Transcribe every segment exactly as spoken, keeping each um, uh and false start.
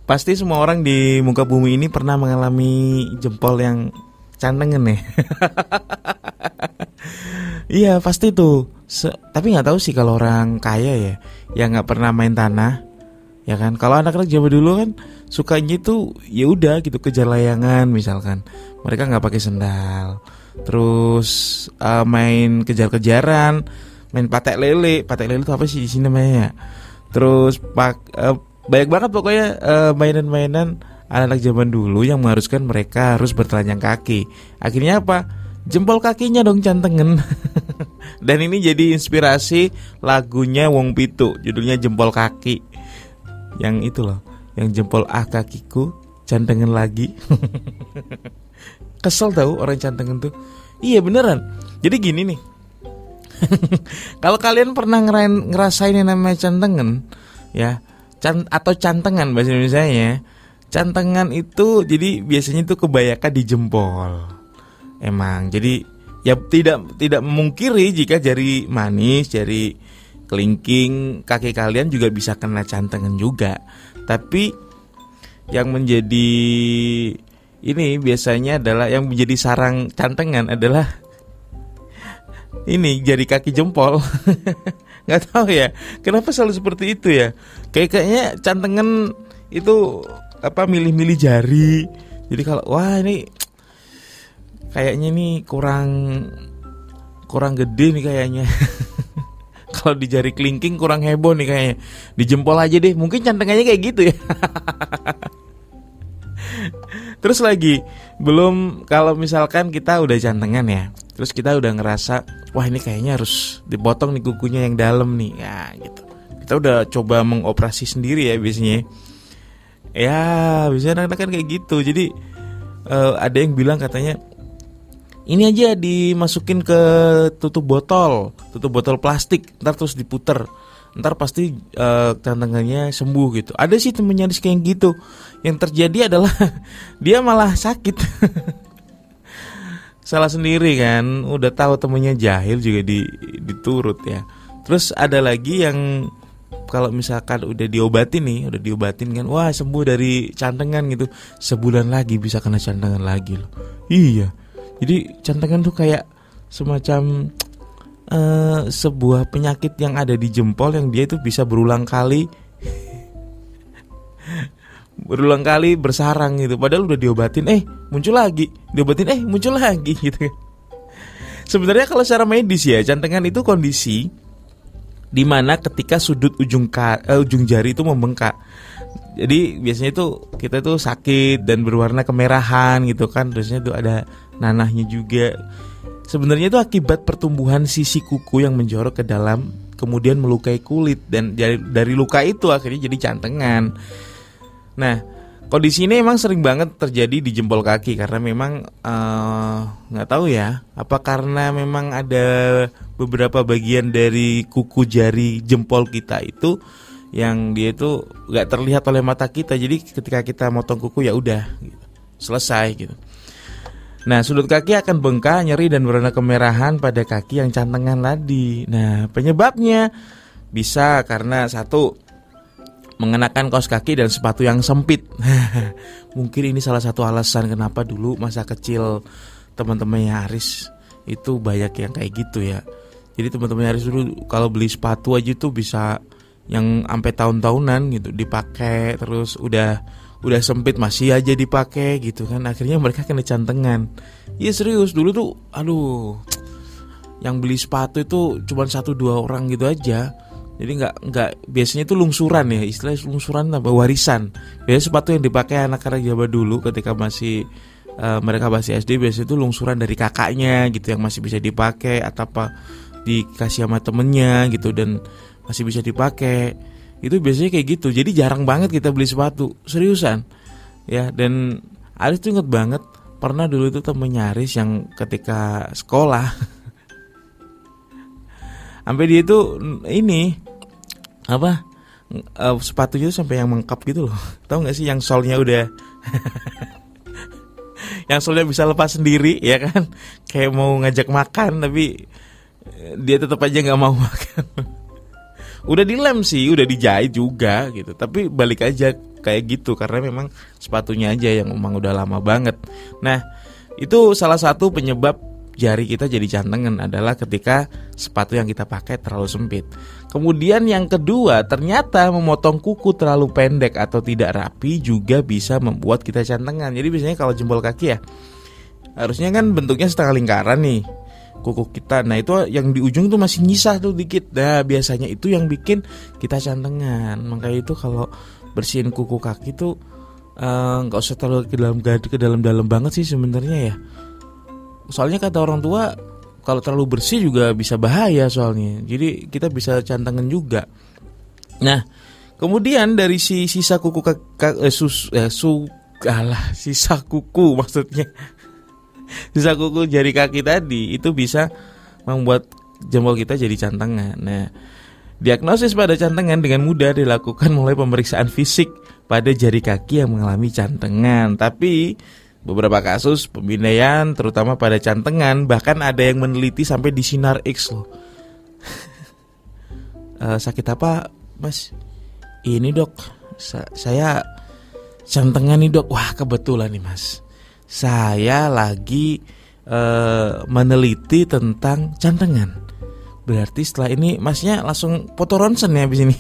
Pasti semua orang di muka bumi ini pernah mengalami jempol yang cantengan ya. Iya pasti tuh. Se- tapi nggak tahu sih kalau orang kaya ya, yang nggak pernah main tanah, ya kan. Kalau anak-anak zaman dulu kan sukanya tuh ya udah gitu kejar layangan misalkan. Mereka nggak pakai sendal. Terus uh, main kejar-kejaran, main patek lele. Patek lele itu apa sih di sini namanya? Terus pak uh, banyak banget pokoknya uh, mainan-mainan anak-anak zaman dulu yang mengharuskan mereka harus bertelanjang kaki. Akhirnya apa? Jempol kakinya dong cantengan. Dan ini jadi inspirasi lagunya Wong Pitu, judulnya Jempol Kaki. Yang itu loh, yang jempol ah kakiku cantengan lagi. Kesel tahu orang cantengan tuh. Iya beneran. Jadi gini nih. Kalau kalian pernah ngerain, ngerasain yang namanya cantengan, ya, can, atau cantengan bahasa Indonesianya, cantengan itu jadi biasanya itu kebanyakan di jempol. Emang jadi ya tidak tidak memungkiri jika jari manis, jari kelingking kaki kalian juga bisa kena cantengan juga. Tapi yang menjadi ini biasanya adalah yang menjadi sarang cantengan adalah ini jari kaki jempol. Nggak tahu ya kenapa selalu seperti itu ya. Kayak kayaknya cantengan itu apa milih-milih jari. Jadi kalau wah ini kayaknya nih kurang kurang gede nih kayaknya. Kalau di jari kelingking kurang heboh nih kayaknya. Di jempol aja deh. Mungkin cantengannya kayak gitu ya. Terus lagi belum kalau misalkan kita udah cantengan ya. Terus kita udah ngerasa wah ini kayaknya harus dipotong nih kukunya yang dalam nih. Ya gitu. Kita udah coba mengoperasi sendiri ya biasanya. Ya biasanya anak-anak kan kayak gitu. Jadi uh, ada yang bilang katanya ini aja dimasukin ke tutup botol, tutup botol plastik, ntar terus diputer, ntar pasti uh, cantengannya sembuh gitu. Ada sih temen nyaris kayak gitu. Yang terjadi adalah dia malah sakit. Salah sendiri kan, udah tahu temennya jahil juga di, diturut ya. Terus ada lagi yang kalau misalkan udah diobatin nih, udah diobatin kan, wah sembuh dari cantengan gitu, sebulan lagi bisa kena cantengan lagi loh. Iya. Jadi cantengan tuh kayak semacam uh, sebuah penyakit yang ada di jempol yang dia itu bisa berulang kali berulang kali bersarang gitu. Padahal udah diobatin, eh muncul lagi, diobatin, eh muncul lagi gitu. Sebenarnya kalau secara medis ya, cantengan itu kondisi di mana ketika sudut ujung ka, uh, ujung jari itu membengkak. Jadi biasanya tuh kita tuh sakit dan berwarna kemerahan gitu kan. Terusnya tuh ada nanahnya juga. Sebenarnya itu akibat pertumbuhan sisi kuku yang menjorok ke dalam, kemudian melukai kulit, dan dari, dari luka itu akhirnya jadi cantengan. Nah, kondisi ini emang sering banget terjadi di jempol kaki karena memang nggak uh, tahu ya, apa karena memang ada beberapa bagian dari kuku jari jempol kita itu yang dia itu nggak terlihat oleh mata kita. Jadi ketika kita motong kuku ya udah gitu, selesai gitu. Nah, sudut kaki akan bengkak, nyeri dan berwarna kemerahan pada kaki yang cantengan tadi. Nah, penyebabnya bisa karena satu, mengenakan kaos kaki dan sepatu yang sempit. Mungkin ini salah satu alasan kenapa dulu masa kecil teman-temannya Haris itu banyak yang kayak gitu ya. Jadi teman-temannya Haris dulu kalau beli sepatu aja tuh bisa yang sampai tahun-tahunan gitu dipakai, terus udah udah sempit masih aja dipakai gitu kan. Akhirnya mereka kena cantengan. Iya serius, dulu tuh aduh, yang beli sepatu itu cuma satu dua orang gitu aja. Jadi nggak nggak biasanya itu lungsuran ya, istilahnya lungsuran apa warisan. Biasanya sepatu yang dipakai anak-anak zaman dulu ketika masih uh, mereka masih S D biasanya itu lungsuran dari kakaknya gitu yang masih bisa dipakai, atau apa dikasih sama temennya gitu dan masih bisa dipakai. Itu biasanya kayak gitu. Jadi jarang banget kita beli sepatu, seriusan. Ya, dan Aris tuh inget banget pernah dulu itu temennya Aris yang ketika sekolah sampai dia itu ini apa uh, sepatunya tuh sampai yang mengkap gitu loh. Tahu nggak sih yang solnya udah yang solnya bisa lepas sendiri ya kan? Kayak mau ngajak makan tapi dia tetap aja nggak mau makan. Udah dilem sih, udah dijahit juga gitu, tapi balik aja kayak gitu karena memang sepatunya aja yang memang udah lama banget. Nah, itu salah satu penyebab jari kita jadi cantengan adalah ketika sepatu yang kita pakai terlalu sempit. Kemudian yang kedua, ternyata memotong kuku terlalu pendek atau tidak rapi juga bisa membuat kita cantengan. Jadi biasanya kalau jempol kaki ya, harusnya kan bentuknya setengah lingkaran nih kuku kita. Nah itu yang di ujung tuh masih nyisa tuh dikit. Nah biasanya itu yang bikin kita cantengan. Makanya itu kalau bersihin kuku kaki tuh nggak uh, usah terlalu ke dalam ke dalam-dalam banget sih sebenarnya ya. Soalnya kata orang tua kalau terlalu bersih juga bisa bahaya soalnya. Jadi kita bisa cantengan juga. Nah kemudian dari si sisa kuku kaki eh, sus eh, su alah sisa kuku maksudnya. Sisa kuku jari kaki tadi itu bisa membuat jempol kita jadi cantengan. Nah, diagnosis pada cantengan dengan mudah dilakukan mulai pemeriksaan fisik pada jari kaki yang mengalami cantengan. Tapi beberapa kasus pemindaian terutama pada cantengan bahkan ada yang meneliti sampai di sinar X loh. e, sakit apa, Mas? Ini dok, sa- saya cantengan nih dok. Wah kebetulan nih Mas, saya lagi uh, meneliti tentang cantengan. Berarti setelah ini masnya langsung foto ronsen ya abis ini.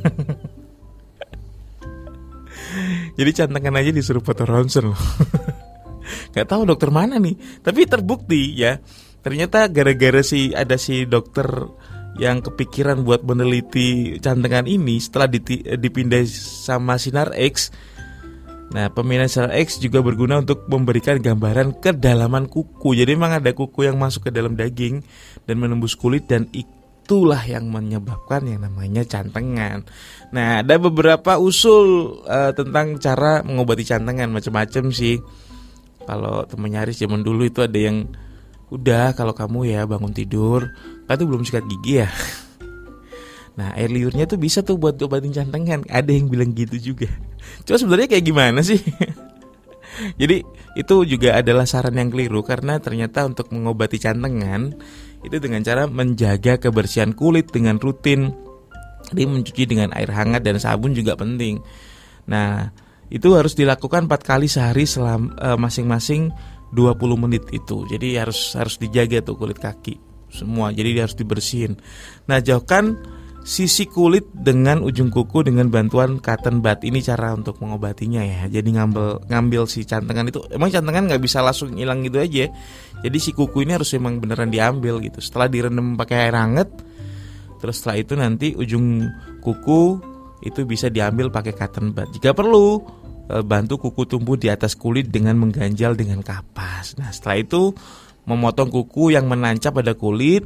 Jadi cantengan aja disuruh foto ronsen loh. Gak tahu dokter mana nih. Tapi terbukti ya. Ternyata gara-gara si ada si dokter yang kepikiran buat meneliti cantengan ini setelah dipindah sama sinar X. Nah, pemindaian sinar X juga berguna untuk memberikan gambaran kedalaman kuku. Jadi memang ada kuku yang masuk ke dalam daging dan menembus kulit dan itulah yang menyebabkan yang namanya cantengan. Nah, ada beberapa usul uh, tentang cara mengobati cantengan macam-macam sih. Kalau temennya Haris zaman dulu itu ada yang udah kalau kamu ya bangun tidur, kan tuh belum sikat gigi ya. Nah air liurnya tuh bisa tuh buat obatin cantengan. Ada yang bilang gitu juga. Cuma sebenarnya kayak gimana sih? Jadi itu juga adalah saran yang keliru. Karena ternyata untuk mengobati cantengan itu dengan cara menjaga kebersihan kulit dengan rutin. Jadi mencuci dengan air hangat dan sabun juga penting. Nah itu harus dilakukan empat kali sehari selama, uh, masing-masing dua puluh menit itu. Jadi harus harus dijaga tuh kulit kaki semua. Jadi harus dibersihin. Nah jauhkan sisi kulit dengan ujung kuku dengan bantuan cotton bud. Ini cara untuk mengobatinya ya. Jadi ngambil ngambil si cantengan itu. Emang cantengan nggak bisa langsung hilang gitu aja. Jadi si kuku ini harus emang beneran diambil gitu. Setelah direndam pakai air hangat, terus setelah itu nanti ujung kuku itu bisa diambil pakai cotton bud. Jika perlu bantu kuku tumbuh di atas kulit dengan mengganjal dengan kapas. Nah setelah itu memotong kuku yang menancap pada kulit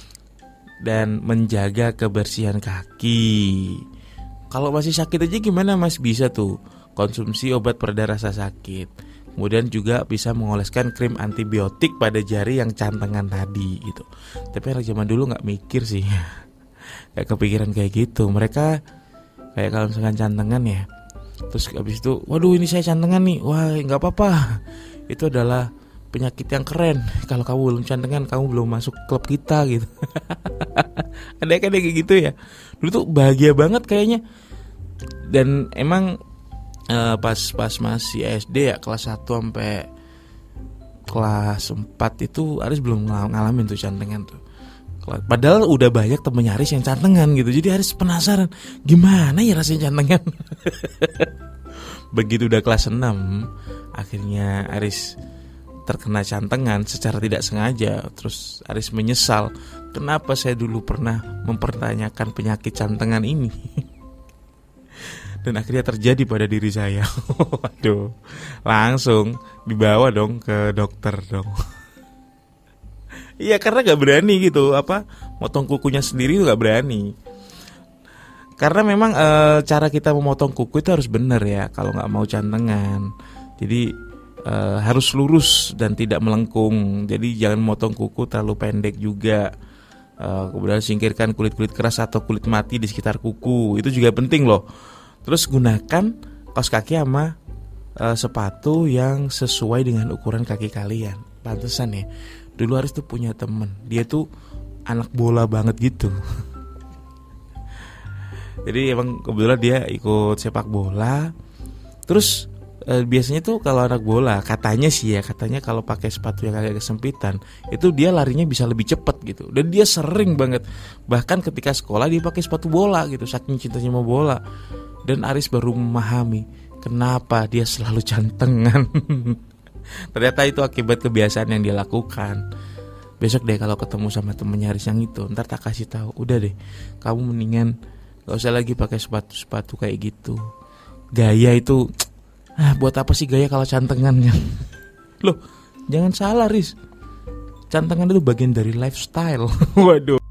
dan menjaga kebersihan kaki. Kalau masih sakit aja gimana Mas? Bisa tuh konsumsi obat pereda rasa sakit. Kemudian juga bisa mengoleskan krim antibiotik pada jari yang cantengan tadi gitu. Tapi orang zaman dulu gak mikir sih. Gak kepikiran kayak gitu. Mereka kayak kalau misalkan cantengan ya, terus habis itu waduh ini saya cantengan nih. Wah gak apa-apa, itu adalah penyakit yang keren. Kalau kamu belum cantengan, kamu belum masuk klub kita gitu. Ada kan kayak gitu ya. Dulu tuh bahagia banget kayaknya. Dan emang uh, pas pas masih S D ya, kelas satu sampai kelas empat itu Aris belum ngalamin tuh cantengan tuh. Padahal udah banyak temennya Aris yang cantengan gitu. Jadi Aris penasaran gimana ya rasanya cantengan. Begitu udah kelas enam, akhirnya Aris terkena cantengan secara tidak sengaja. Terus Aris menyesal, kenapa saya dulu pernah mempertanyakan penyakit cantengan ini. Dan akhirnya terjadi pada diri saya. Waduh, langsung dibawa dong ke dokter dong. Iya karena gak berani gitu, apa motong kukunya sendiri tuh gak berani. Karena memang e, cara kita memotong kuku itu harus benar ya, kalau gak mau cantengan. Jadi e, harus lurus dan tidak melengkung. Jadi jangan motong kuku terlalu pendek juga. e, Kemudian singkirkan kulit-kulit keras atau kulit mati di sekitar kuku. Itu juga penting loh. Terus gunakan kaos kaki sama e, sepatu yang sesuai dengan ukuran kaki kalian. Pantesan ya, dulu Aris tuh punya temen, dia tuh anak bola banget gitu. Jadi emang kebetulan dia ikut sepak bola. Terus eh, biasanya tuh kalau anak bola, katanya sih ya, katanya kalau pakai sepatu yang agak kesempitan, itu dia larinya bisa lebih cepat gitu. Dan dia sering banget, bahkan ketika sekolah dia pakai sepatu bola gitu, saking cintanya sama bola. Dan Aris baru memahami kenapa dia selalu cantengan. Ternyata itu akibat kebiasaan yang dia lakukan. Besok deh kalau ketemu sama temennya Aris yang itu, ntar tak kasih tahu, udah deh, kamu mendingan gak usah lagi pakai sepatu-sepatu kayak gitu. Gaya itu, ah buat apa sih gaya kalau cantengan kan? Loh, jangan salah Riz, cantengan itu bagian dari lifestyle. Waduh.